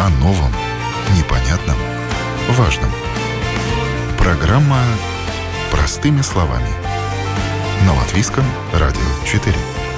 О новом, непонятном, важном. Программа «Простыми словами» на Латвийском радио 4.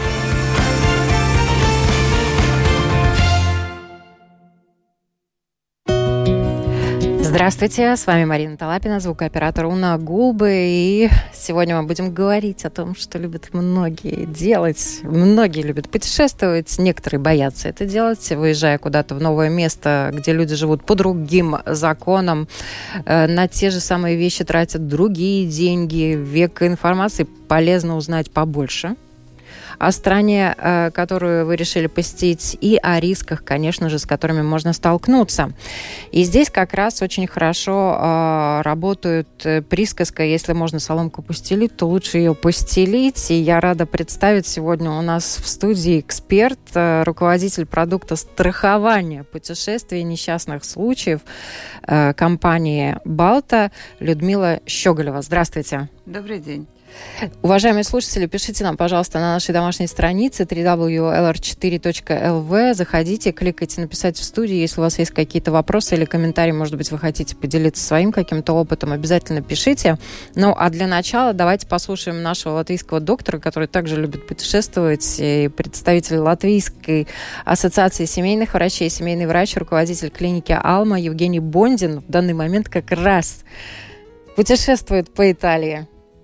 Здравствуйте, с вами Марина Талапина, звукооператор Уна Гулбы. И сегодня мы будем говорить о том, что любят многие делать. Многие любят путешествовать, некоторые боятся это делать, выезжая куда-то в новое место, где люди живут по другим законам, на те же самые вещи тратят другие деньги. Век информации полезно узнать побольше о стране, которую вы решили посетить, и о рисках, конечно же, с которыми можно столкнуться. И здесь как раз очень хорошо работает присказка: если можно соломку постелить, то лучше ее постелить. И я рада представить сегодня у нас в студии эксперт, руководитель продукта страхования путешествий и несчастных случаев компании «Балта» Людмила Щеголева. Здравствуйте. Добрый день. Уважаемые слушатели, пишите нам, пожалуйста, на нашей домашней странице www.lr4.lv. Заходите, кликайте «Написать в студии». Если у вас есть какие-то вопросы или комментарии, может быть, вы хотите поделиться своим каким-то опытом, обязательно пишите. Ну, а для начала давайте послушаем нашего латвийского доктора, который также любит путешествовать, и представитель Латвийской ассоциации семейных врачей, семейный врач, руководитель клиники «Алма» Евгений Бондин в данный момент как раз путешествует по Италии.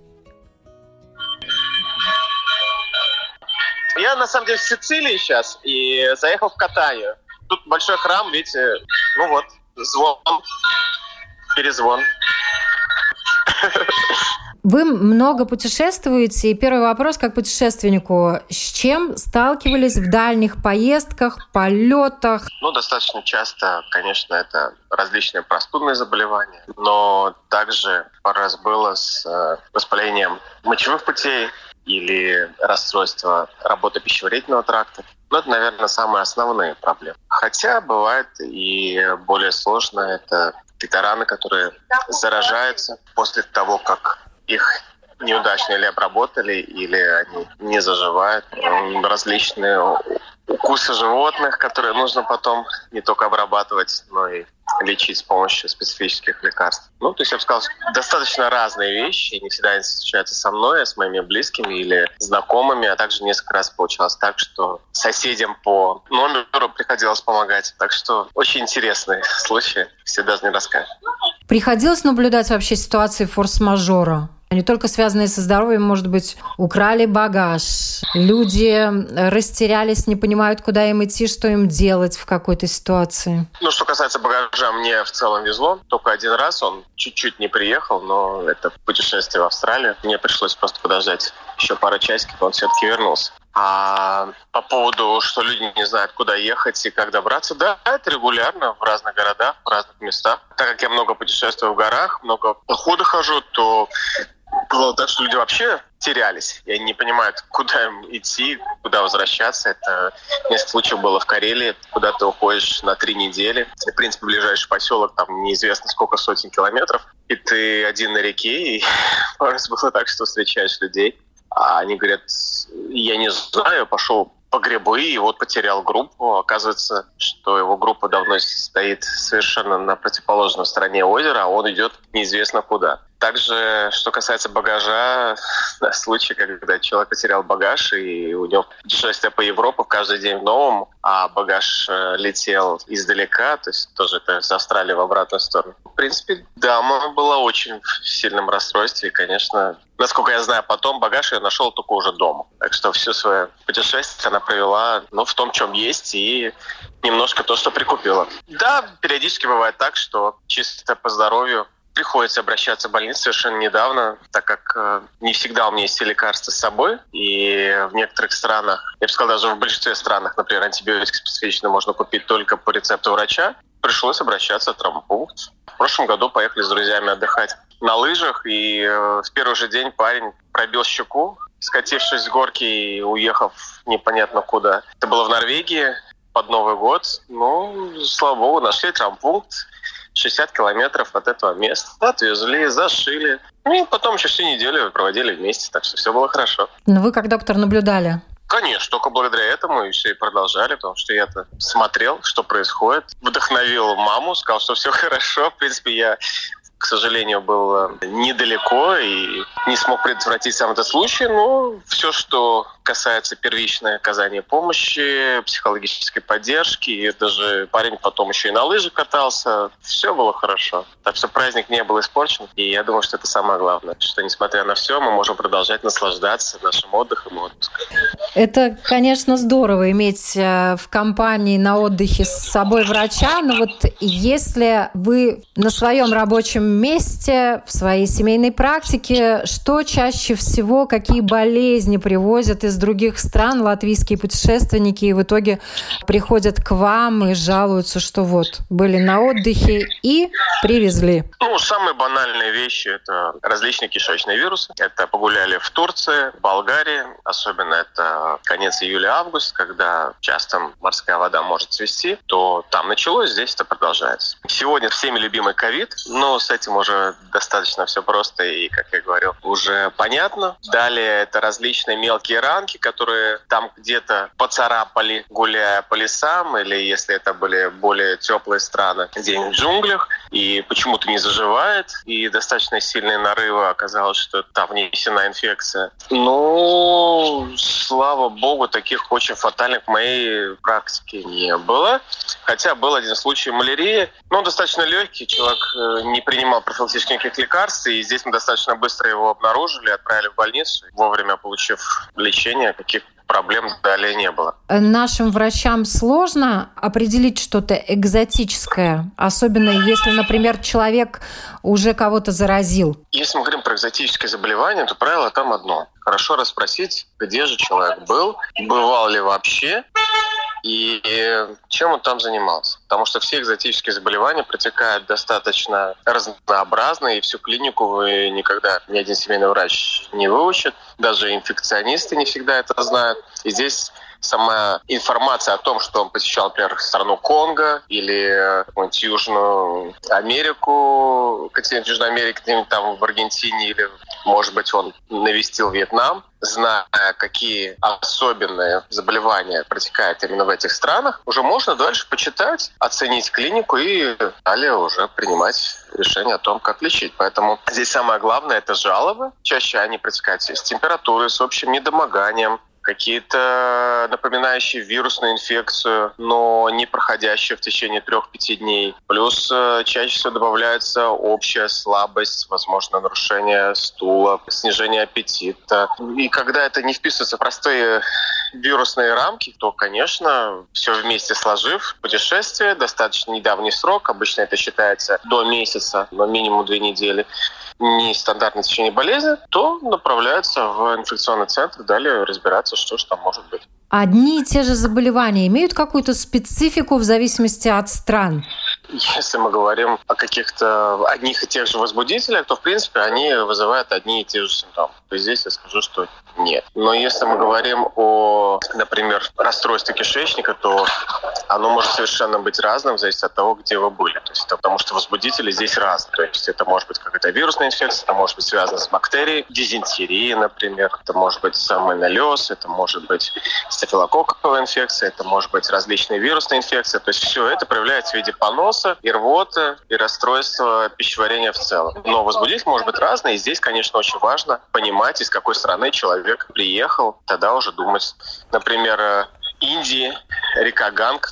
Я, на самом деле, в Сицилии сейчас и заехал в Катанию. Тут большой храм, видите, ну вот, звон, перезвон. Вы много путешествуете, и первый вопрос как путешественнику: с чем сталкивались в дальних поездках, полетах? Ну, достаточно часто, конечно, это различные простудные заболевания, но также пару раз было с воспалением мочевых путей или расстройство работы пищеварительного тракта. Ну, это, наверное, самые основные проблемы. Хотя бывает и более сложно. Это какие-то раны, которые заражаются после того, как их неудачно или обработали, или они не заживают. Различные укусы животных, которые нужно потом не только обрабатывать, но и лечить с помощью специфических лекарств. Ну, то есть, я бы сказал, достаточно разные вещи. Не всегда они встречаются со мной, а с моими близкими или знакомыми. А также несколько раз получалось так, что соседям по номеру приходилось помогать. Так что очень интересные случаи. Все даже не расскажут. Приходилось наблюдать вообще ситуации форс-мажора? Не только связанные со здоровьем, может быть, украли багаж, люди растерялись, не понимают, куда им идти, что им делать в какой-то ситуации. Ну, что касается багажа, мне в целом везло. Только один раз он чуть-чуть не приехал, но это путешествие в Австралию. Мне пришлось просто подождать еще пару часиков, он все-таки вернулся. А по поводу, что люди не знают, куда ехать и как добраться, да, это регулярно в разных городах, в разных местах. Так как я много путешествую в горах, много походов хожу, то было так, что люди вообще терялись. И они не понимают, куда им идти, куда возвращаться. Это несколько случаев было в Карелии, куда ты уходишь на 3 недели. И, в принципе, ближайший поселок, там неизвестно сколько сотен километров. И ты один на реке, и пару раз было так, что встречаешь людей. А они говорят: я не знаю, пошел по грибы и вот потерял группу. Оказывается, что его группа давно стоит совершенно на противоположной стороне озера, а он идет неизвестно куда. Также, что касается багажа, случай, когда человек потерял багаж, и у него путешествие по Европе каждый день в новом, а багаж летел издалека, то есть тоже это с Австралии в обратную сторону. В принципе, дама была очень в сильном расстройстве, и, конечно, насколько я знаю, потом багаж я нашел только уже дома. Так что все свое путешествие она провела, в том, чем есть, и немножко то, что прикупила. Да, периодически бывает так, что чисто по здоровью приходится обращаться в больницу совершенно недавно, так как не всегда у меня есть все лекарства с собой. И в некоторых странах, я бы сказал, даже в большинстве странах, например, антибиотики специфично можно купить только по рецепту врача. Пришлось обращаться в травмпункт. В прошлом году поехали с друзьями отдыхать на лыжах, и в первый же день парень пробил щеку, скатившись с горки и уехав непонятно куда. Это было в Норвегии под Новый год. Слава богу, нашли травмпункт. 60 километров от этого места. Отвезли, зашили. И потом еще всю неделю проводили вместе, так что все было хорошо. Но вы как доктор наблюдали Конечно, только благодаря этому и все и продолжали, потому что я-то смотрел, что происходит, вдохновил маму, сказал, что все хорошо. В принципе, я, к сожалению, был недалеко и не смог предотвратить сам этот случай, но все, что касается первичной оказания помощи, психологической поддержки, и даже парень потом еще и на лыжах катался, все было хорошо. Так что праздник не был испорчен, и я думаю, что это самое главное, что несмотря на все, мы можем продолжать наслаждаться нашим отдыхом и отпуском. Это, конечно, здорово иметь в компании на отдыхе с собой врача, но вот если вы на своем рабочем месте, в своей семейной практике, что чаще всего, какие болезни привозят из других стран латвийские путешественники и в итоге приходят к вам и жалуются, что вот были на отдыхе и привезли? Самые банальные вещи – это различные кишечные вирусы. Это погуляли в Турции, в Болгарии, особенно это конец июля-август, когда часто морская вода может цвести, то там началось, здесь это продолжается. Сегодня всеми любимый ковид, но с этим уже достаточно все просто и, как я говорил, уже понятно. Далее это различные мелкие ранки, которые там где-то поцарапали, гуляя по лесам, или если это были более теплые страны, где-нибудь в джунглях, и почему-то не заживает, и достаточно сильные нарывы, оказалось, что там внесена инфекция. Слава богу, таких очень фатальных в моей практике не было. Хотя был один случай малярии, но достаточно легкий, человек не принимал профилактических никаких лекарств, и здесь мы достаточно быстро его обнаружили, отправили в больницу, вовремя получив лечение, каких проблем далее не было. Нашим врачам сложно определить что-то экзотическое, особенно если, например, человек уже кого-то заразил. Если мы говорим про экзотические заболевания, то правило там одно. Хорошо расспросить, где же человек был, бывал ли вообще, и чем он там занимался. Потому что все экзотические заболевания протекают достаточно разнообразно, и всю клинику вы никогда ни один семейный врач не выучит. Даже инфекционисты не всегда это знают. И здесь сама информация о том, что он посещал, например, страну Конго или какую-нибудь Южную Америку, континент Южной Америки, где-нибудь там в Аргентине, или, может быть, он навестил Вьетнам, зная, какие особенные заболевания протекают именно в этих странах, уже можно дальше почитать, оценить клинику и далее уже принимать решение о том, как лечить. Поэтому здесь самое главное – это жалобы. Чаще они протекают с температурой, с общим недомоганием, какие-то напоминающие вирусную инфекцию, но не проходящие в течение 3-5 дней. Плюс чаще всего добавляется общая слабость, возможно, нарушение стула, снижение аппетита. И когда это не вписывается в простые вирусные рамки, то, конечно, все вместе сложив, путешествие, достаточно недавний срок, обычно это считается до месяца, но минимум 2 недели, нестандартное течение болезни, то направляются в инфекционный центр, далее разбираться, что же там может быть. Одни и те же заболевания имеют какую-то специфику в зависимости от стран? Если мы говорим о каких-то одних и тех же возбудителях, то, в принципе, они вызывают одни и те же симптомы. То есть здесь я скажу, что нет. Но если мы говорим о, например, расстройстве кишечника, то оно может совершенно быть разным в зависимости от того, где вы были. То есть, потому что возбудители здесь разные. То есть это может быть какая-то вирусная инфекция, это может быть связано с бактерией, дизентерией, например, это может быть сальмонеллез, это может быть стафилококковая инфекция, это может быть различные вирусные инфекции. То есть все это проявляется в виде поноса и рвоты, и расстройства пищеварения в целом. Но возбудитель может быть разный, и здесь, конечно, очень важно понимать, из какой страны человек приехал, тогда уже думать. Например, Индия, река Ганг,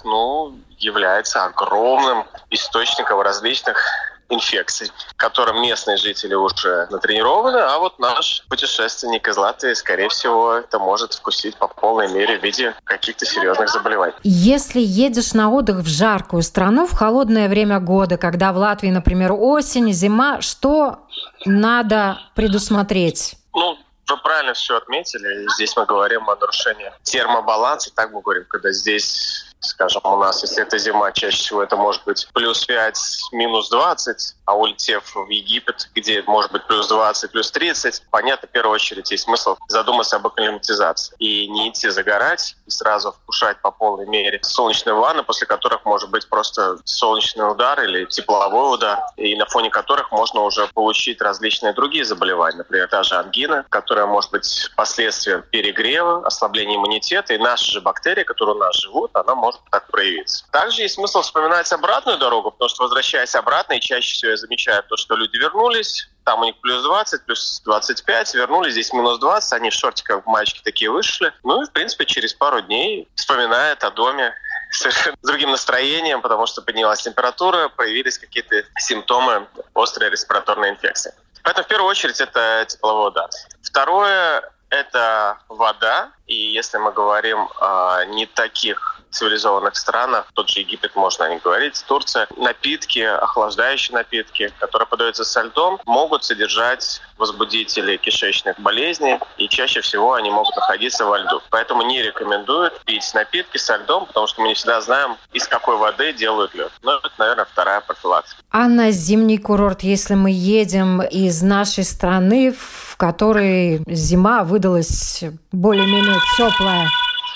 является огромным источником различных инфекций, которым местные жители уже натренированы, а вот наш путешественник из Латвии, скорее всего, это может вкусить по полной мере в виде каких-то серьезных заболеваний. Если едешь на отдых в жаркую страну в холодное время года, когда в Латвии, например, осень, зима, что надо предусмотреть? Вы правильно все отметили. Здесь мы говорим о нарушении термобаланса, так мы говорим, когда здесь Скажем, у нас, если это зима, чаще всего это может быть плюс 5, минус 20, а улетев в Египет, где может быть плюс 20, плюс 30, понятно, в первую очередь есть смысл задуматься об акклиматизации и не идти загорать, и сразу вкушать по полной мере солнечные ванны, после которых может быть просто солнечный удар или тепловой удар, и на фоне которых можно уже получить различные другие заболевания, например, та же ангина, которая может быть последствием перегрева, ослабления иммунитета, и наши же бактерии, которые у нас живут, она может так проявиться. Также есть смысл вспоминать обратную дорогу, потому что, возвращаясь обратно, и чаще всего я замечаю то, что люди вернулись, там у них плюс 20, плюс 25, вернулись, здесь минус 20, они в шортиках, мальчики такие вышли. Ну и, в принципе, через пару дней вспоминают о доме совершенно с другим настроением, потому что поднялась температура, появились какие-то симптомы острой респираторной инфекции. Поэтому, в первую очередь, это тепловой удар. Второе – это вода. И если мы говорим о не таких цивилизованных странах, тот же Египет, можно не говорить, Турция, напитки, охлаждающие напитки, которые подаются со льдом, могут содержать возбудители кишечных болезней, и чаще всего они могут находиться во льду. Поэтому не рекомендуют пить напитки со льдом, потому что мы не всегда знаем, из какой воды делают лед. Но это, наверное, вторая профилактика. А на зимний курорт, если мы едем из нашей страны, в которой зима выдалась более-менее теплая?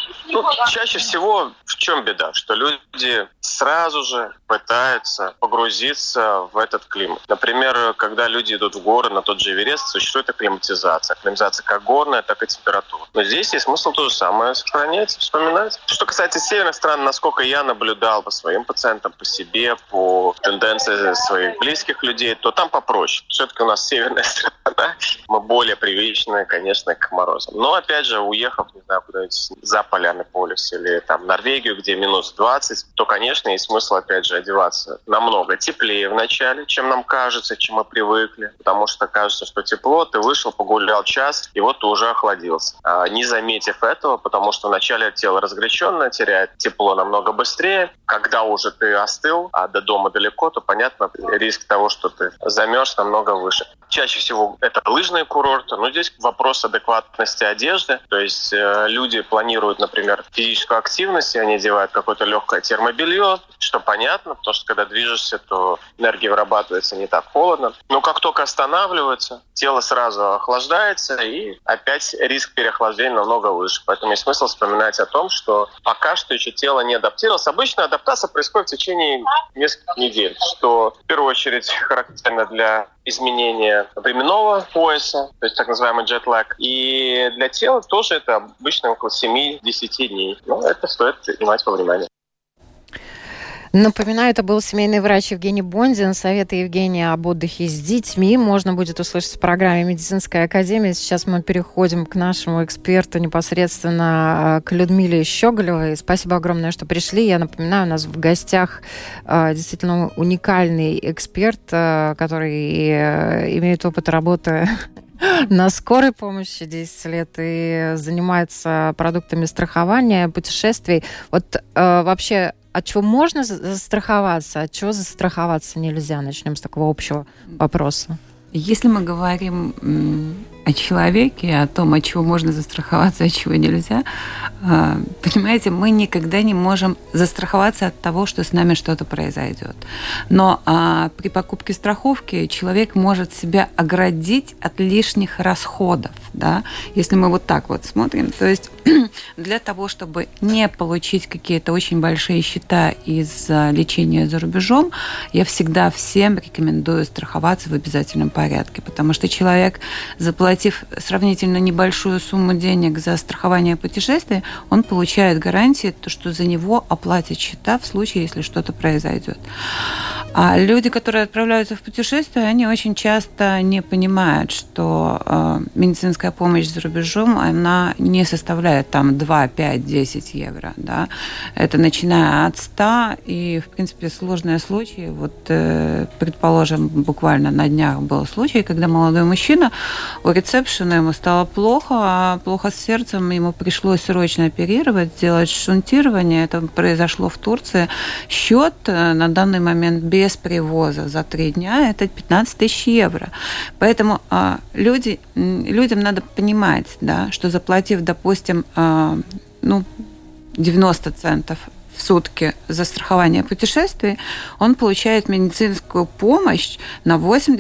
Чаще всего в чем беда? Что люди сразу же пытаются погрузиться в этот климат. Например, когда люди идут в горы, на тот же Эверест, существует акклиматизация. Акклиматизация как горная, так и температура. Но здесь есть смысл то же самое сохранять, вспоминать. Что касается северных стран, насколько я наблюдал по своим пациентам, по себе, по тенденции своих близких людей, то там попроще. Все-таки у нас северная страна, мы более привычны, конечно, к морозам. Но, опять же, уехав, не знаю, куда-нибудь за Полярный полюс или там Норвегию, где минус 20, то, конечно, есть смысл, опять же, одеваться намного теплее вначале, чем нам кажется, чем мы привыкли. Потому что кажется, что тепло, ты вышел, погулял час, и вот ты уже охладился. Не заметив этого, потому что вначале тело разгоряченное, теряет тепло намного быстрее. Когда уже ты остыл, а до дома далеко, то, понятно, риск того, что ты замерз, намного выше. Чаще всего это лыжные курорты, но здесь вопрос адекватности одежды. То есть люди планируют, например, физическую активность, и они одевают какое-то легкое термобелье, что понятно, потому что когда движешься, то энергия вырабатывается не так холодно. Но как только останавливается, тело сразу охлаждается, и опять риск переохлаждения намного выше. Поэтому есть смысл вспоминать о том, что пока что еще тело не адаптировалось. Обычно адаптация происходит в течение нескольких недель, что в первую очередь характерно для изменения временного пояса, то есть так называемый джетлаг. И для тела тоже это обычно около 7-10 дней. Но это стоит принимать во внимание. Напоминаю, это был семейный врач Евгений Бондин. Советы Евгения об отдыхе с детьми можно будет услышать в программе «Медицинская академия». Сейчас мы переходим к нашему эксперту непосредственно, к Людмиле Щеголевой. Спасибо огромное, что пришли. Я напоминаю, у нас в гостях действительно уникальный эксперт, который имеет опыт работы на скорой помощи 10 лет и занимается продуктами страхования, путешествий. Вот вообще, от чего можно застраховаться, от чего застраховаться нельзя? Начнем с такого общего вопроса. Если мы говорим о человеке, о том, от чего можно застраховаться, от чего нельзя, понимаете, мы никогда не можем застраховаться от того, что с нами что-то произойдет. Но при покупке страховки человек может себя оградить от лишних расходов, да? Если мы вот так вот смотрим. То есть для того, чтобы не получить какие-то очень большие счета из-за лечения за рубежом, я всегда всем рекомендую страховаться в обязательном порядке, потому что человек, заплатив сравнительно небольшую сумму денег за страхование путешествия, он получает гарантии, что за него оплатят счета в случае, если что-то произойдет. А люди, которые отправляются в путешествие, они очень часто не понимают, что медицинская помощь за рубежом, она не составляет там 2, 5, 10 евро. Да? Это начиная от 100, и, в принципе, сложные случаи. Вот, предположим, буквально на днях был случай, когда молодой мужчина у ресепшена ему стало плохо с сердцем, ему пришлось срочно оперировать, сделать шунтирование. Это произошло в Турции. Счет на данный момент без привоза за 3 дня – это 15 тысяч евро. Поэтому людям надо понимать, да, что заплатив, допустим, 90 центов в сутки за страхование путешествий, он получает медицинскую помощь на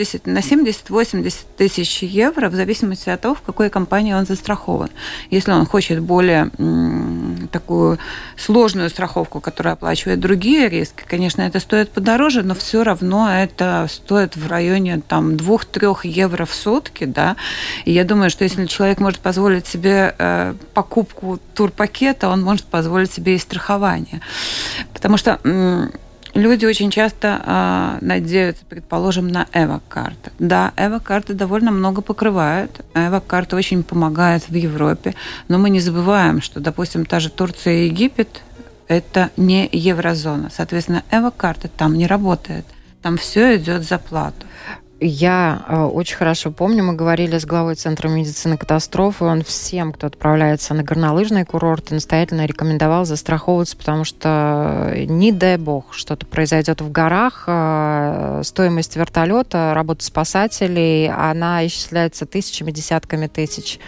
70-80 тысяч евро в зависимости от того, в какой компании он застрахован. Если он хочет более такую сложную страховку, которая оплачивает другие риски, конечно, это стоит подороже, но все равно это стоит в районе 2-3 евро в сутки. Да? И я думаю, что если человек может позволить себе покупку турпакета, он может позволить себе и страхование. Потому что люди очень часто надеются, предположим, на эвакарты. Да, эвакарты довольно много покрывают. Эвакарты очень помогают в Европе. Но мы не забываем, что, допустим, та же Турция и Египет – это не еврозона. Соответственно, эвакарты там не работает. Там все идет за плату. Я очень хорошо помню, мы говорили с главой Центра медицины катастроф, и он всем, кто отправляется на горнолыжные курорты, настоятельно рекомендовал застраховываться, потому что, не дай бог, что-то произойдет в горах, стоимость вертолета, работа спасателей, она исчисляется тысячами, десятками тысяч.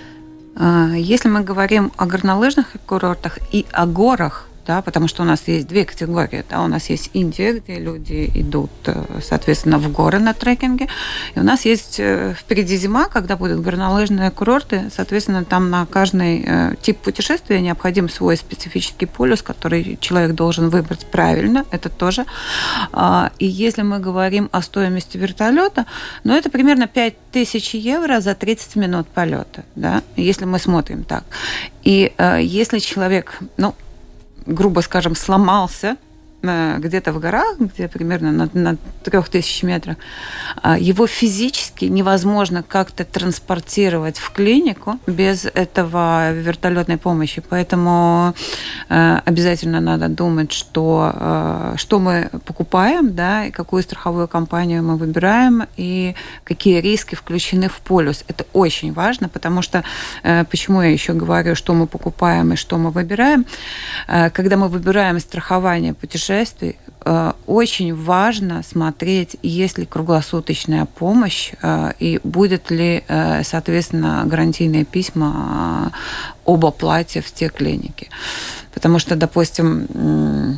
Если мы говорим о горнолыжных курортах и о горах, да, потому что у нас есть две категории. Да, у нас есть Индия, где люди идут, соответственно, в горы на трекинге. И у нас есть впереди зима, когда будут горнолыжные курорты. Соответственно, там на каждый тип путешествия необходим свой специфический полюс, который человек должен выбрать правильно. Это тоже. И если мы говорим о стоимости вертолета, это примерно 5000 евро за 30 минут полета. Да, если мы смотрим так. И если человек, грубо скажем, сломался где-то в горах, где примерно на 3000 метрах, его физически невозможно как-то транспортировать в клинику без этого вертолетной помощи. Поэтому обязательно надо думать, что мы покупаем, да, и какую страховую компанию мы выбираем, и какие риски включены в полюс. Это очень важно, потому что, почему я еще говорю, что мы покупаем и что мы выбираем. Когда мы выбираем страхование путешествий, очень важно смотреть, есть ли круглосуточная помощь и будет ли, соответственно, гарантийные письма об оплате в те клиники. Потому что, допустим,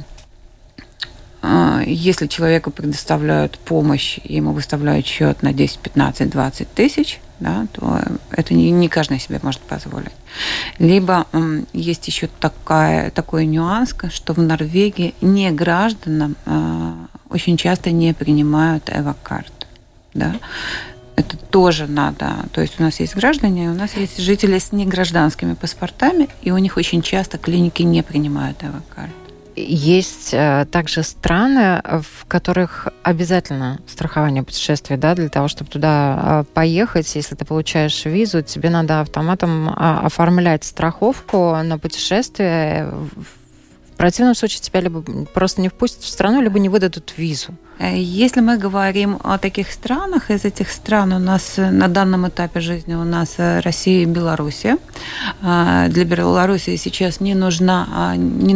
если человеку предоставляют помощь, ему выставляют счет на 10, 15, 20 тысяч, да, то это не каждый себе может позволить. Либо есть еще такой нюанс, что в Норвегии не гражданам очень часто не принимают эвакарты. Да. Это тоже надо. То есть у нас есть граждане, у нас есть жители с негражданскими паспортами, и у них очень часто клиники не принимают эвакарты. Есть также страны, в которых обязательно страхование путешествий, да, для того, чтобы туда поехать. Если ты получаешь визу, тебе надо автоматом оформлять страховку на путешествие. В противном случае тебя либо просто не впустят в страну, либо не выдадут визу. Если мы говорим о таких странах, из этих стран у нас на данном этапе жизни у нас Россия и Белоруссия. Для Белоруссии сейчас не нужно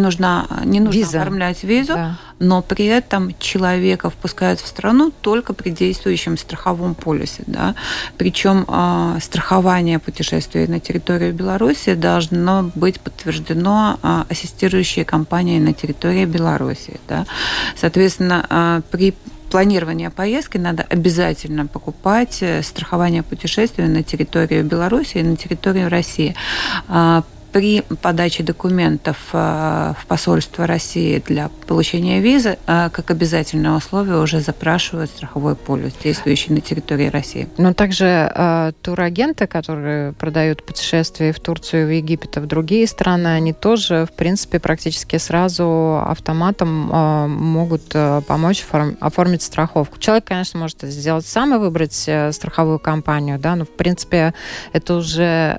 виза. Оформлять визу, да. Но при этом человека впускают в страну только при действующем страховом полюсе. Да? Причем страхование путешествий на территорию Беларуси должно быть подтверждено ассистирующей компанией на территории Беларуси. Да? Соответственно, при планирования поездки надо обязательно покупать страхование путешествия на территорию Беларуси и на территорию России. При подаче документов в посольство России для получения визы, как обязательное условие, уже запрашивают страховой полюс, действующий на территории России. Но также турагенты, которые продают путешествия в Турцию, в Египет, в другие страны, они тоже, в принципе, практически сразу автоматом могут помочь оформить страховку. Человек, конечно, может это сделать сам и выбрать страховую компанию, да, но, в принципе, это уже,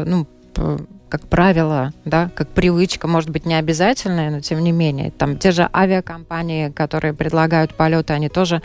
как правило, да, как привычка, может быть, не обязательная, но тем не менее. Там те же авиакомпании, которые предлагают полеты, они тоже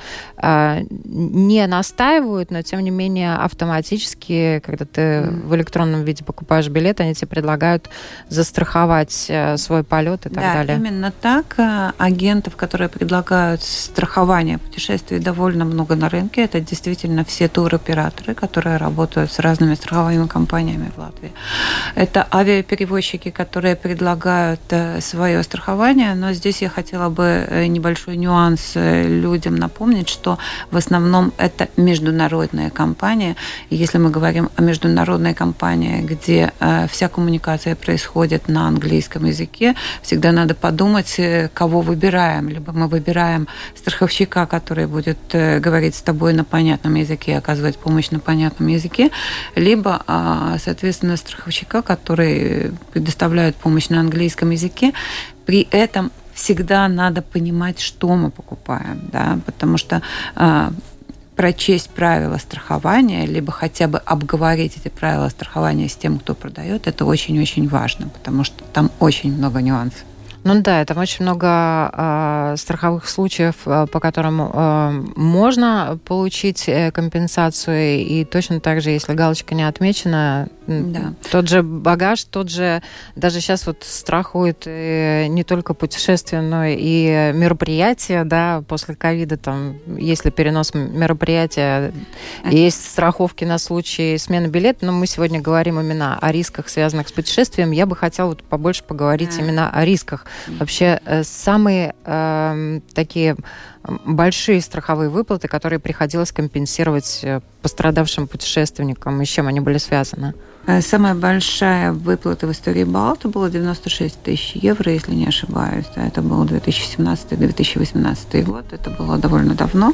не настаивают, но тем не менее автоматически, когда ты в электронном виде покупаешь билет, они тебе предлагают застраховать свой полет и так далее. Да, именно так. Агентов, которые предлагают страхование путешествий, довольно много на рынке. Это действительно все туроператоры, которые работают с разными страховыми компаниями в Латвии. Это авиаперевозчики, которые предлагают свое страхование, но здесь я хотела бы небольшой нюанс людям напомнить, что в основном это международная компания. И если мы говорим о международной компании, где вся коммуникация происходит на английском языке, всегда надо подумать, кого выбираем. Либо мы выбираем страховщика, который будет говорить с тобой на понятном языке, оказывать помощь на понятном языке, либо, соответственно, страховщика, который предоставляют помощь на английском языке. При этом всегда надо понимать, что мы покупаем, да, потому что прочесть правила страхования, либо хотя бы обговорить эти правила страхования с тем, кто продает, это очень-очень важно, потому что там очень много нюансов. Ну да, там очень много страховых случаев, по которым можно получить компенсацию, и точно так же, если галочка не отмечена, да. Тот же багаж, тот же, даже сейчас вот страхуют не только путешествия, но и мероприятия, да, после ковида, там, если перенос мероприятия, есть страховки на случай смены билета, но мы сегодня говорим именно о рисках, связанных с путешествием. Я бы хотела вот побольше поговорить именно о рисках. Вообще, самые такие большие страховые выплаты, которые приходилось компенсировать пострадавшим путешественникам, и с чем они были связаны? Самая большая выплата в истории Балта была 96 тысяч евро, если не ошибаюсь. Это был 2017-2018 год, это было довольно давно.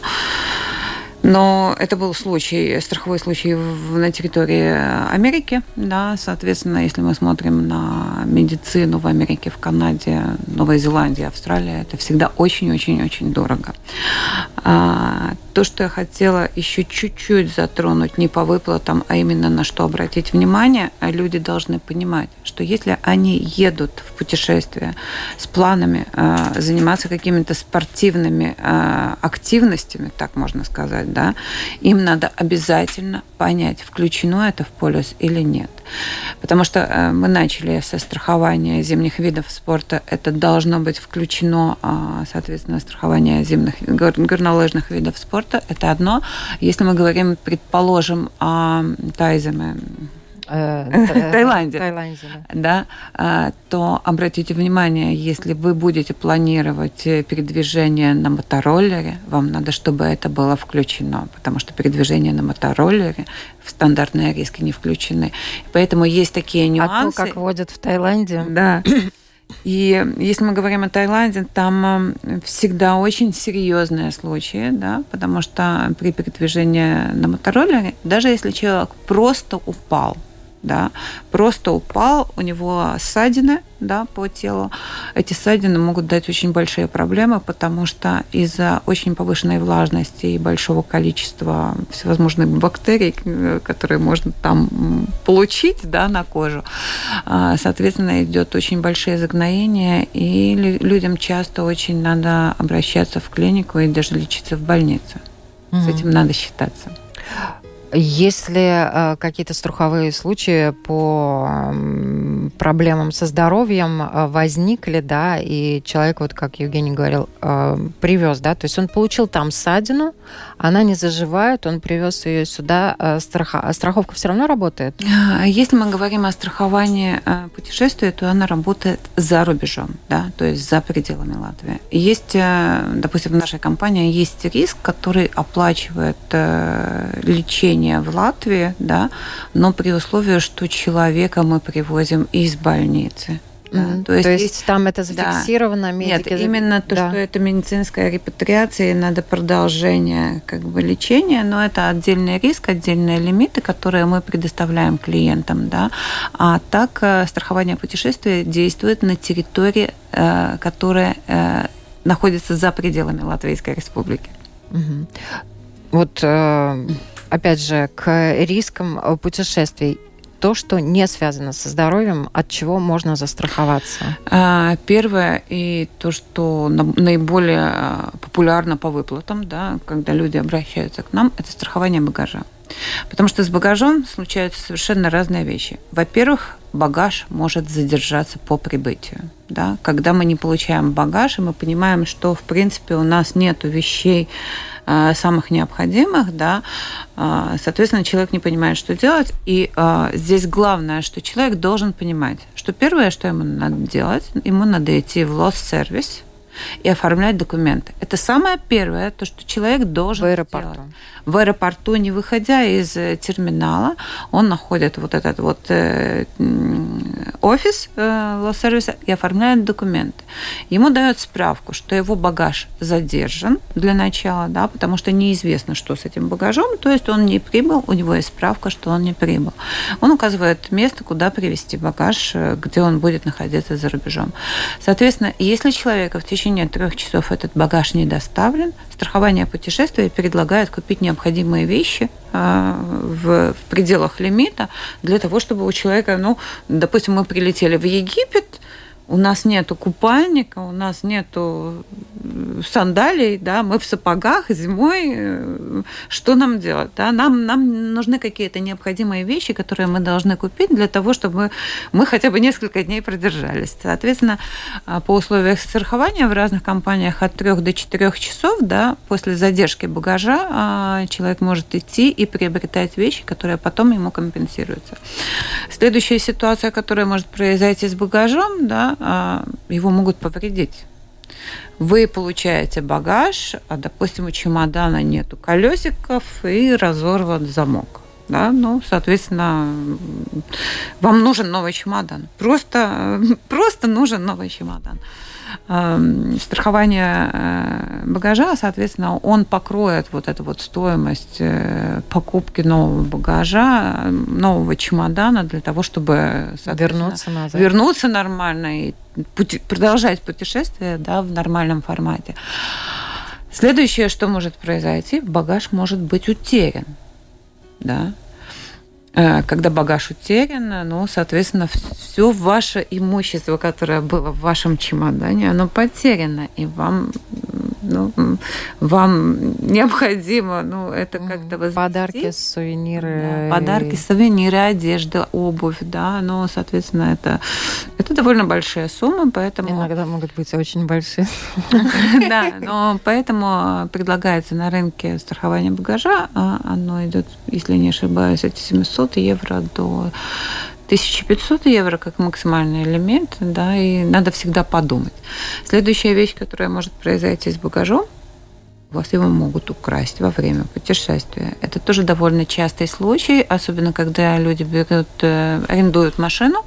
Но это был страховой случай на территории Америки. Да, соответственно, если мы смотрим на медицину в Америке, в Канаде, Новой Зеландии, Австралии, это всегда очень-очень-очень дорого. То, что я хотела еще чуть-чуть затронуть, не по выплатам, а именно на что обратить внимание, люди должны понимать, что если они едут в путешествие с планами заниматься какими-то спортивными активностями, так можно сказать, да, им надо обязательно понять, включено это в полис или нет. Потому что мы начали со страхования зимних видов спорта. Это должно быть включено, соответственно, страхование зимних горнолыжных видов спорта. Это одно. Если мы говорим, предположим, о Таиланде, да, то обратите внимание, если вы будете планировать передвижение на мотороллере, вам надо, чтобы это было включено, потому что передвижение на мотороллере в стандартные риски не включены. Поэтому есть такие нюансы. А то, как водят в Таиланде. Да. И если мы говорим о Таиланде, там всегда очень серьезные случаи, да, потому что при передвижении на мотороллере, даже если человек просто упал, у него ссадины, да, по телу. Эти ссадины могут дать очень большие проблемы, потому что из-за очень повышенной влажности и большого количества всевозможных бактерий, которые можно там получить, да, на кожу, соответственно, идет очень большие загноения, и людям часто очень надо обращаться в клинику и даже лечиться в больнице. С этим надо считаться. Если какие-то страховые случаи по проблемам со здоровьем возникли, да, и человек, вот как Евгений говорил, привез, да, то есть он получил там ссадину, она не заживает, он привез ее сюда, страховка все равно работает? Если мы говорим о страховании путешествия, то она работает за рубежом, да, то есть за пределами Латвии. Есть, допустим, в нашей компании есть риск, который оплачивает лечение в Латвии, да, но при условии, что человека мы привозим из больницы. Да. То есть там это зафиксировано? Да. Нет, именно то, что это медицинская репатриация, и надо продолжение лечения, но это отдельный риск, отдельные лимиты, которые мы предоставляем клиентам. Да. А так страхование путешествия действует на территории, которая находится за пределами Латвийской Республики. Угу. Вот опять же, к рискам путешествий. То, что не связано со здоровьем, от чего можно застраховаться? Первое, и то, что наиболее популярно по выплатам, да, когда люди обращаются к нам, это страхование багажа. Потому что с багажом случаются совершенно разные вещи. Во-первых, багаж может задержаться по прибытию. Да? Когда мы не получаем багаж, и мы понимаем, что, в принципе, у нас нет вещей, самых необходимых, да, соответственно, человек не понимает, что делать. И здесь главное, что человек должен понимать, что первое, что ему надо делать, ему надо идти в lost service и оформлять документы. Это самое первое, то, что человек должен сделать. В аэропорту, не выходя из терминала, он находит вот этот вот офис лос-сервиса и оформляет документы. Ему дают справку, что его багаж задержан для начала, да, потому что неизвестно, что с этим багажом, то есть он не прибыл, у него есть справка, что он не прибыл. Он указывает место, куда привезти багаж, где он будет находиться за рубежом. Соответственно, если человеку в течение 3 часов этот багаж не доставлен, страхование путешествия предлагает купить необходимые вещи в пределах лимита для того, чтобы у человека, допустим, мы прилетели в Египет, у нас нету купальника, у нас нету сандалий, да, мы в сапогах зимой. Что нам делать? Да? Нам нужны какие-то необходимые вещи, которые мы должны купить для того, чтобы мы хотя бы несколько дней продержались. Соответственно, по условиям страхования в разных компаниях от 3 до 4 часов, да, после задержки багажа человек может идти и приобретать вещи, которые потом ему компенсируются. Следующая ситуация, которая может произойти с багажом, да, его могут повредить. Вы получаете багаж, а, допустим, у чемодана нету колесиков и разорван замок. Да? Соответственно, вам нужен новый чемодан. Просто нужен новый чемодан. Страхование багажа, соответственно, он покроет вот эту вот стоимость покупки нового багажа, нового чемодана для того, чтобы вернуться нормально и продолжать путешествие, да, в нормальном формате. Следующее, что может произойти, багаж может быть утерян. Да? Когда багаж утерян, соответственно, все ваше имущество, которое было в вашем чемодане, оно потеряно, и вам необходимо это как-то возвести. Подарки, сувениры. Да, подарки, сувениры, одежда, обувь, да, соответственно, это довольно большая сумма, поэтому... Иногда могут быть очень большие. Да, но поэтому предлагается на рынке страхование багажа, оно идет, если не ошибаюсь, от 700 евро до 1500 евро как максимальный элемент, да, и надо всегда подумать. Следующая вещь, которая может произойти с багажом, у вас его могут украсть во время путешествия. Это тоже довольно частый случай, особенно когда люди арендуют машину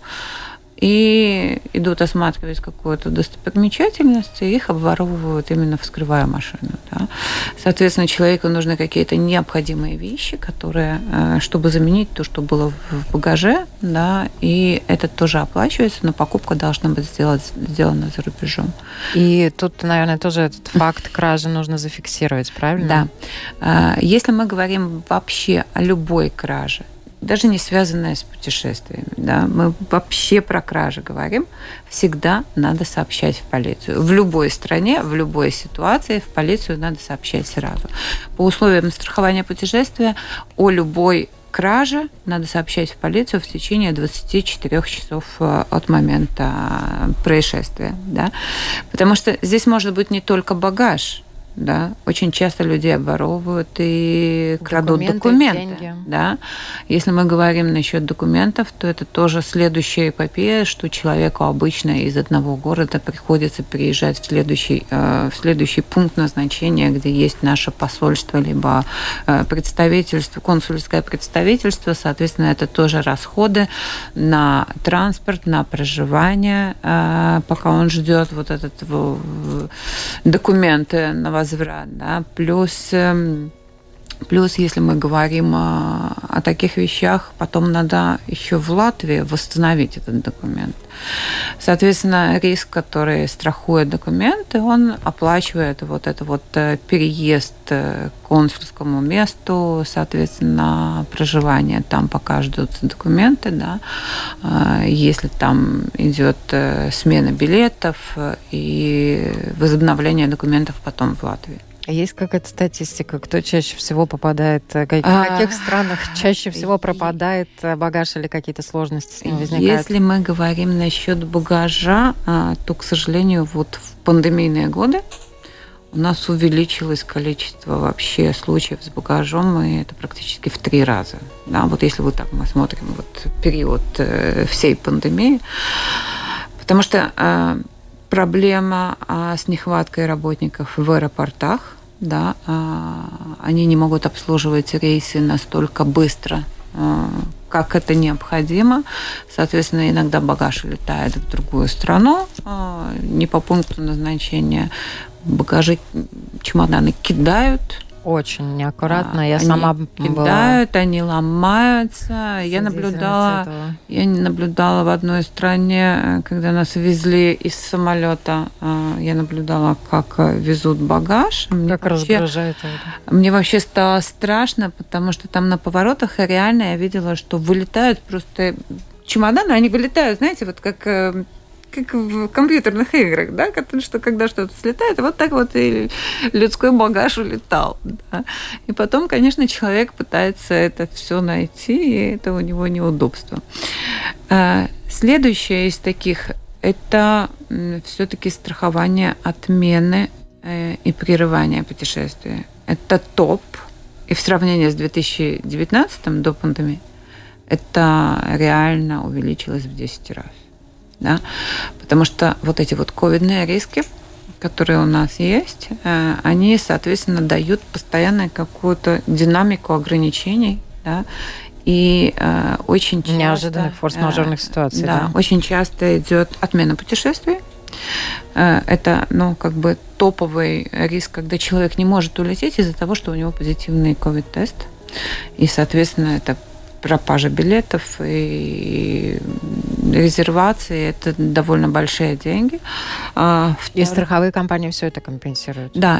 и идут осматривать какую-то достопримечательность, и их обворовывают, именно вскрывая машину. Да. Соответственно, человеку нужны какие-то необходимые вещи, которые, чтобы заменить то, что было в багаже, да, и это тоже оплачивается, но покупка должна быть сделана за рубежом. И тут, наверное, тоже этот факт кражи нужно зафиксировать, правильно? Да. Если мы говорим вообще о любой краже, даже не связанная с путешествиями, да, мы вообще про кражи говорим, всегда надо сообщать в полицию. В любой стране, в любой ситуации в полицию надо сообщать сразу. По условиям страхования путешествия о любой краже надо сообщать в полицию в течение 24 часов от момента происшествия. Да? Потому что здесь может быть не только багаж. Да, очень часто людей обворовывают и крадут документы. Да. Если мы говорим насчет документов, то это тоже следующая эпопея, что человеку обычно из одного города приходится переезжать в следующий пункт назначения, где есть наше посольство, либо представительство, консульское представительство. Соответственно, это тоже расходы на транспорт, на проживание, пока он ждет вот этот документы на возврат. Да? Плюс, если мы говорим о таких вещах, потом надо еще в Латвии восстановить этот документ. Соответственно, риск, который страхует документы, он оплачивает вот это вот переезд к консульскому месту, соответственно, проживание там, пока ждут документы, да, если там идет смена билетов и возобновление документов потом в Латвии. А есть какая-то статистика, кто чаще всего попадает, в каких странах чаще всего пропадает багаж или какие-то сложности с ним возникают? Если мы говорим насчет багажа, то, к сожалению, вот в пандемийные годы у нас увеличилось количество вообще случаев с багажом, и это практически в 3 раза. Да, вот если вот так мы смотрим вот период всей пандемии, потому что проблема с нехваткой работников в аэропортах, да, они не могут обслуживать рейсы настолько быстро, как это необходимо. Соответственно, иногда багаж улетает в другую страну, не по пункту назначения. Багажи, чемоданы кидают. Очень неаккуратно. Я они сама кидают, была... они ломаются. Я наблюдала в одной стране, когда нас везли из самолета, я наблюдала, как везут багаж. Как разгружают. Мне вообще стало страшно, потому что там на поворотах реально я видела, что вылетают просто чемоданы, они вылетают, знаете, вот как в компьютерных играх, да, что когда что-то слетает, вот так вот и людской багаж улетал. Да. И потом, конечно, человек пытается это все найти, и это у него неудобство. Следующее из таких – это все-таки страхование отмены и прерывания путешествия. Это топ. И в сравнении с 2019 до пандемии это реально увеличилось в 10 раз. Да? Потому что вот эти вот ковидные риски, которые у нас есть, они, соответственно, дают постоянно какую-то динамику ограничений, да? И очень часто... Неожиданных форс-мажорных ситуаций. Да, очень часто идет отмена путешествий. Это, как бы топовый риск, когда человек не может улететь из-за того, что у него позитивный ковид-тест. И, соответственно, это пропажа билетов и резервации – это довольно большие деньги. И страховые компании все это компенсируют. Да,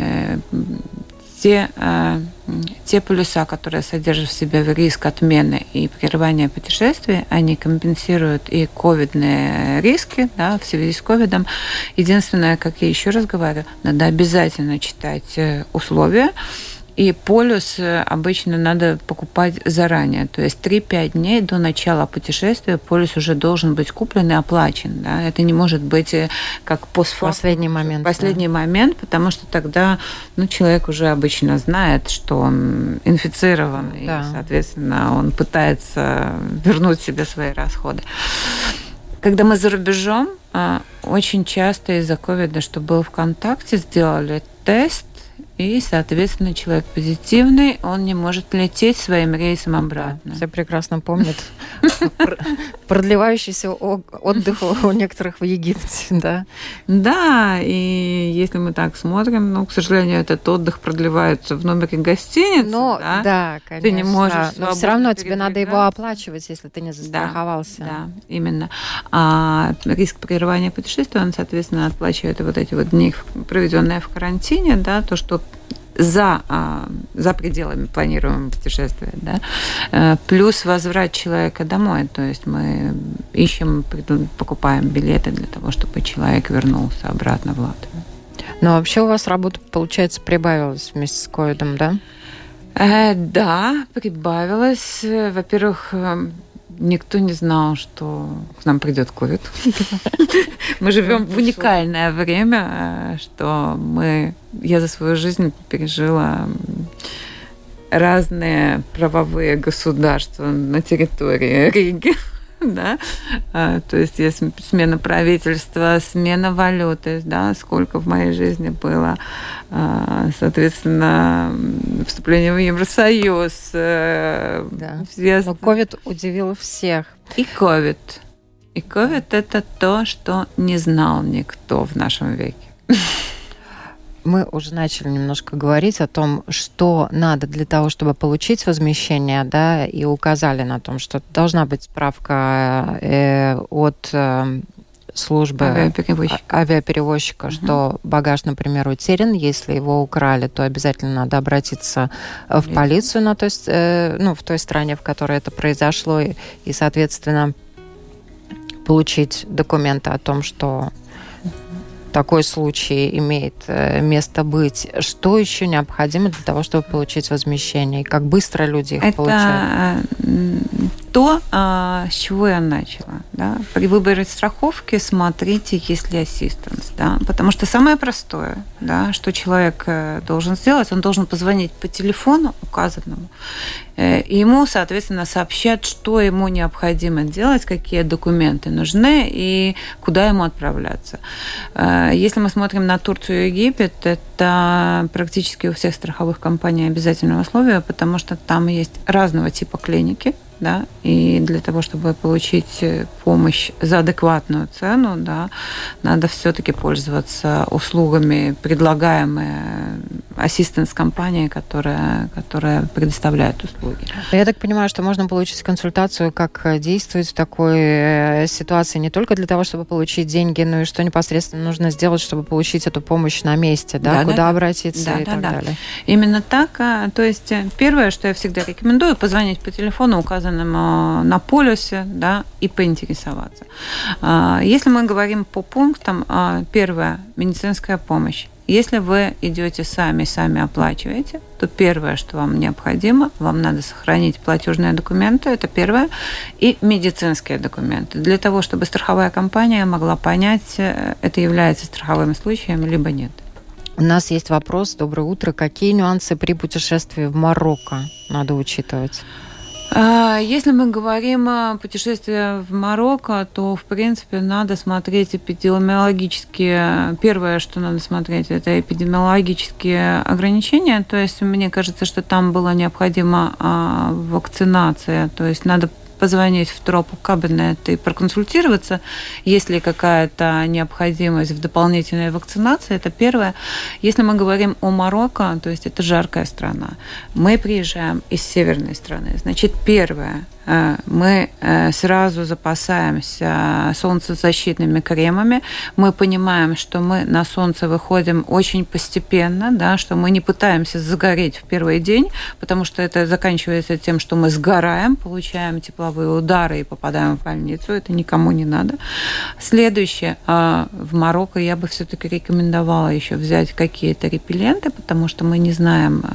те полюса, которые содержат в себе риск отмены и прерывания путешествий, они компенсируют и ковидные риски, да, в связи с ковидом. Единственное, как я еще раз говорю, надо обязательно читать условия. И полюс обычно надо покупать заранее. То есть 3-5 дней до начала путешествия полюс уже должен быть куплен и оплачен. Да? Это не может быть как последний момент. Последний момент, потому что тогда человек уже обычно знает, что он инфицирован, да. И, соответственно, он пытается вернуть себе свои расходы. Когда мы за рубежом, очень часто из-за ковида, что был в контакте, сделали тест, и, соответственно, человек позитивный, он не может лететь своим рейсом обратно. Да, все прекрасно помнят продлевающийся отдых у некоторых в Египте, да? Да, и если мы так смотрим, к сожалению, этот отдых продлевается в номере гостиницы. Да, конечно. Ты не можешь. Но все равно тебе надо его оплачивать, если ты не застраховался. Да, именно. А риск прерывания путешествия, он, соответственно, оплачивает вот эти вот дни, проведенные в карантине, да, то, что за пределами планируемого путешествия, да, плюс возврат человека домой, то есть мы покупаем билеты для того, чтобы человек вернулся обратно в Латвию. Но вообще у вас работа, получается, прибавилась вместе с ковидом, да? Да, прибавилась. Во-первых, никто не знал, что к нам придет ковид. Мы живем в уникальное время, что я за свою жизнь пережила разные правовые государства на территории Риги. Да? То есть есть смена правительства, смена валюты, да, сколько в моей жизни было, соответственно, вступление в Евросоюз. Да. Но ковид удивил всех. И ковид это то, что не знал никто в нашем веке. Мы уже начали немножко говорить о том, что надо для того, чтобы получить возмещение, да, и указали на том, что должна быть справка от службы авиаперевозчика, что багаж, например, утерян. Если его украли, то обязательно надо обратиться в полицию в той стране, в которой это произошло, и соответственно, получить документы о том, что такой случай имеет место быть. Что еще необходимо для того, чтобы получить возмещение? И как быстро люди их получают? то, с чего я начала. Да? При выборе страховки смотрите, есть ли ассистенс. Да? Потому что самое простое, да, что человек должен сделать, он должен позвонить по телефону указанному, и ему, соответственно, сообщат, что ему необходимо делать, какие документы нужны и куда ему отправляться. Если мы смотрим на Турцию и Египет, это практически у всех страховых компаний обязательное условие, потому что там есть разного типа клиники, да, и для того, чтобы получить помощь за адекватную цену, да, надо все-таки пользоваться услугами, предлагаемые ассистенс-компанией, которая предоставляет услуги. Я так понимаю, что можно получить консультацию, как действовать в такой ситуации, не только для того, чтобы получить деньги, но и что непосредственно нужно сделать, чтобы получить эту помощь на месте, да, куда обратиться и так далее. Именно так. То есть первое, что я всегда рекомендую, позвонить по телефону, указанному на полюсе, да, и поинтересоваться. Если мы говорим по пунктам, первое – медицинская помощь. Если вы идете сами оплачиваете, то первое, что вам необходимо, вам надо сохранить платежные документы, это первое, и медицинские документы, для того, чтобы страховая компания могла понять, это является страховым случаем, либо нет. У нас есть вопрос. Доброе утро. Какие нюансы при путешествии в Марокко надо учитывать? Если мы говорим о путешествии в Марокко, то, в принципе, надо смотреть эпидемиологические... Первое, что надо смотреть, это эпидемиологические ограничения. То есть, мне кажется, что там была необходима вакцинация. То есть, надо позвонить в тропу кабинет и проконсультироваться, есть ли какая-то необходимость в дополнительной вакцинации. Это первое. Если мы говорим о Марокко, то есть это жаркая страна. Мы приезжаем из северной страны. Значит, первое, мы сразу запасаемся солнцезащитными кремами. Мы понимаем, что мы на солнце выходим очень постепенно, да, что мы не пытаемся загореть в первый день, потому что это заканчивается тем, что мы сгораем, получаем тепловые удары и попадаем в больницу. Это никому не надо. Следующее. В Марокко я бы все-таки рекомендовала еще взять какие-то репелленты, потому что мы не знаем,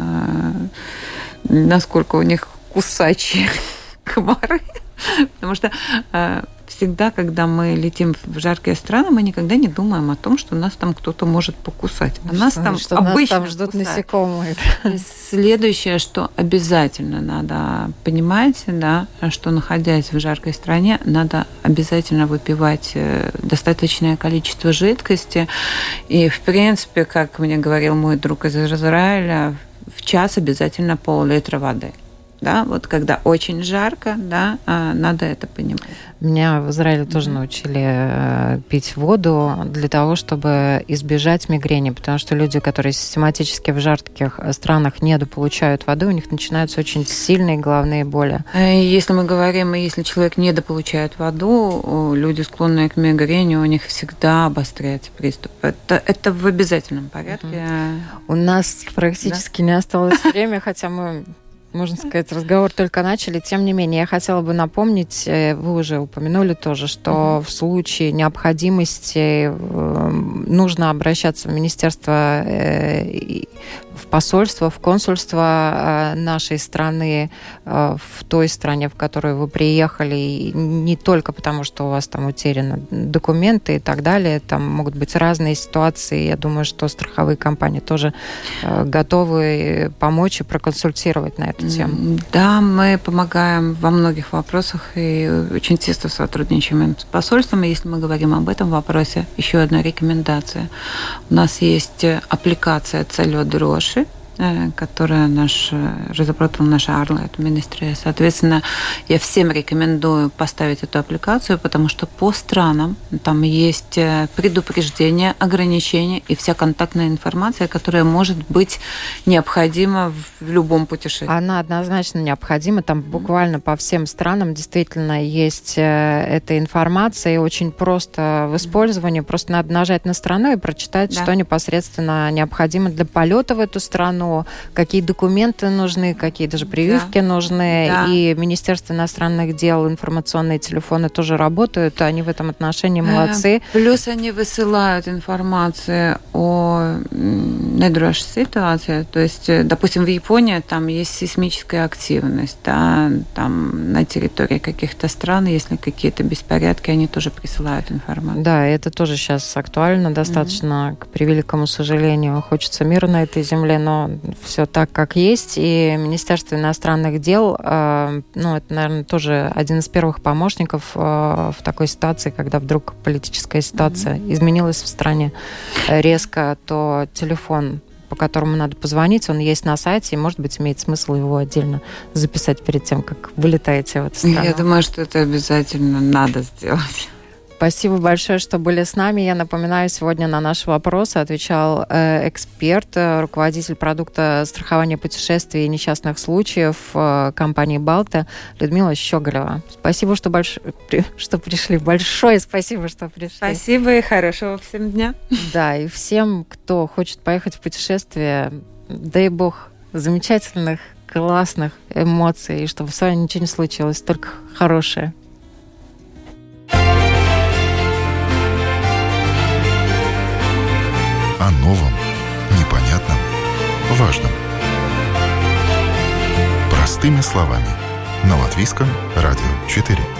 насколько у них кусачие комары, потому что всегда, когда мы летим в жаркие страны, мы никогда не думаем о том, что нас там кто-то может покусать. А нас там обычно ждут насекомые. Следующее, что обязательно надо понимать, да, что, находясь в жаркой стране, надо обязательно выпивать достаточное количество жидкости. И, в принципе, как мне говорил мой друг из Израиля, в час обязательно пол-литра воды. Да, вот когда очень жарко, да, надо это понимать. Меня в Израиле тоже научили пить воду для того, чтобы избежать мигрени, потому что люди, которые систематически в жарких странах недополучают воды, у них начинаются очень сильные головные боли. Если мы говорим, если человек недополучает воду, люди, склонные к мигрени, у них всегда обостряется приступ. Это в обязательном порядке. У нас практически не осталось времени, хотя мы... Можно сказать, разговор только начали. Тем не менее, я хотела бы напомнить, вы уже упомянули тоже, что в случае необходимости нужно обращаться в министерство, в посольство, в консульство нашей страны, в той стране, в которую вы приехали, и не только потому, что у вас там утеряны документы и так далее. Там могут быть разные ситуации. Я думаю, что страховые компании тоже готовы помочь и проконсультировать на эту тему. Да, мы помогаем во многих вопросах и очень тесно сотрудничаем с посольством. И если мы говорим об этом вопросе, еще одна рекомендация. У нас есть аппликация «Целёдроши», которая разработала наша Арлайт Министри. Соответственно, я всем рекомендую поставить эту аппликацию, потому что по странам там есть предупреждения, ограничения и вся контактная информация, которая может быть необходима в любом путешествии. Она однозначно необходима. Там буквально по всем странам действительно есть эта информация, и очень просто в использовании. Просто надо нажать на страну и прочитать, что непосредственно необходимо для полета в эту страну, телефону, какие документы нужны, какие даже прививки нужны. И Министерство иностранных дел, информационные телефоны тоже работают, они в этом отношении молодцы. Плюс они высылают информацию о недрошей ситуации. То есть, допустим, в Японии там есть сейсмическая активность, да, там на территории каких-то стран, если какие-то беспорядки, они тоже присылают информацию. Да, это тоже сейчас актуально достаточно, к превеликому сожалению. Хочется мира на этой земле, но все так, как есть. И Министерство иностранных дел, это, наверное, тоже один из первых помощников в такой ситуации, когда вдруг политическая ситуация изменилась в стране резко, то телефон, по которому надо позвонить, он есть на сайте, и, может быть, имеет смысл его отдельно записать перед тем, как вылетаете в эту страну. Я думаю, что это обязательно надо сделать. Спасибо большое, что были с нами. Я напоминаю, сегодня на наши вопросы отвечал эксперт, руководитель продукта страхования путешествий и несчастных случаев компании «Балта» Людмила Щеголева. Спасибо, что пришли. Большое спасибо, что пришли. Спасибо и хорошего всем дня. Да, и всем, кто хочет поехать в путешествие, дай бог замечательных, классных эмоций, и чтобы с вами ничего не случилось, только хорошее. О новом, непонятном, важном. Простыми словами. На Латвийском радио 4.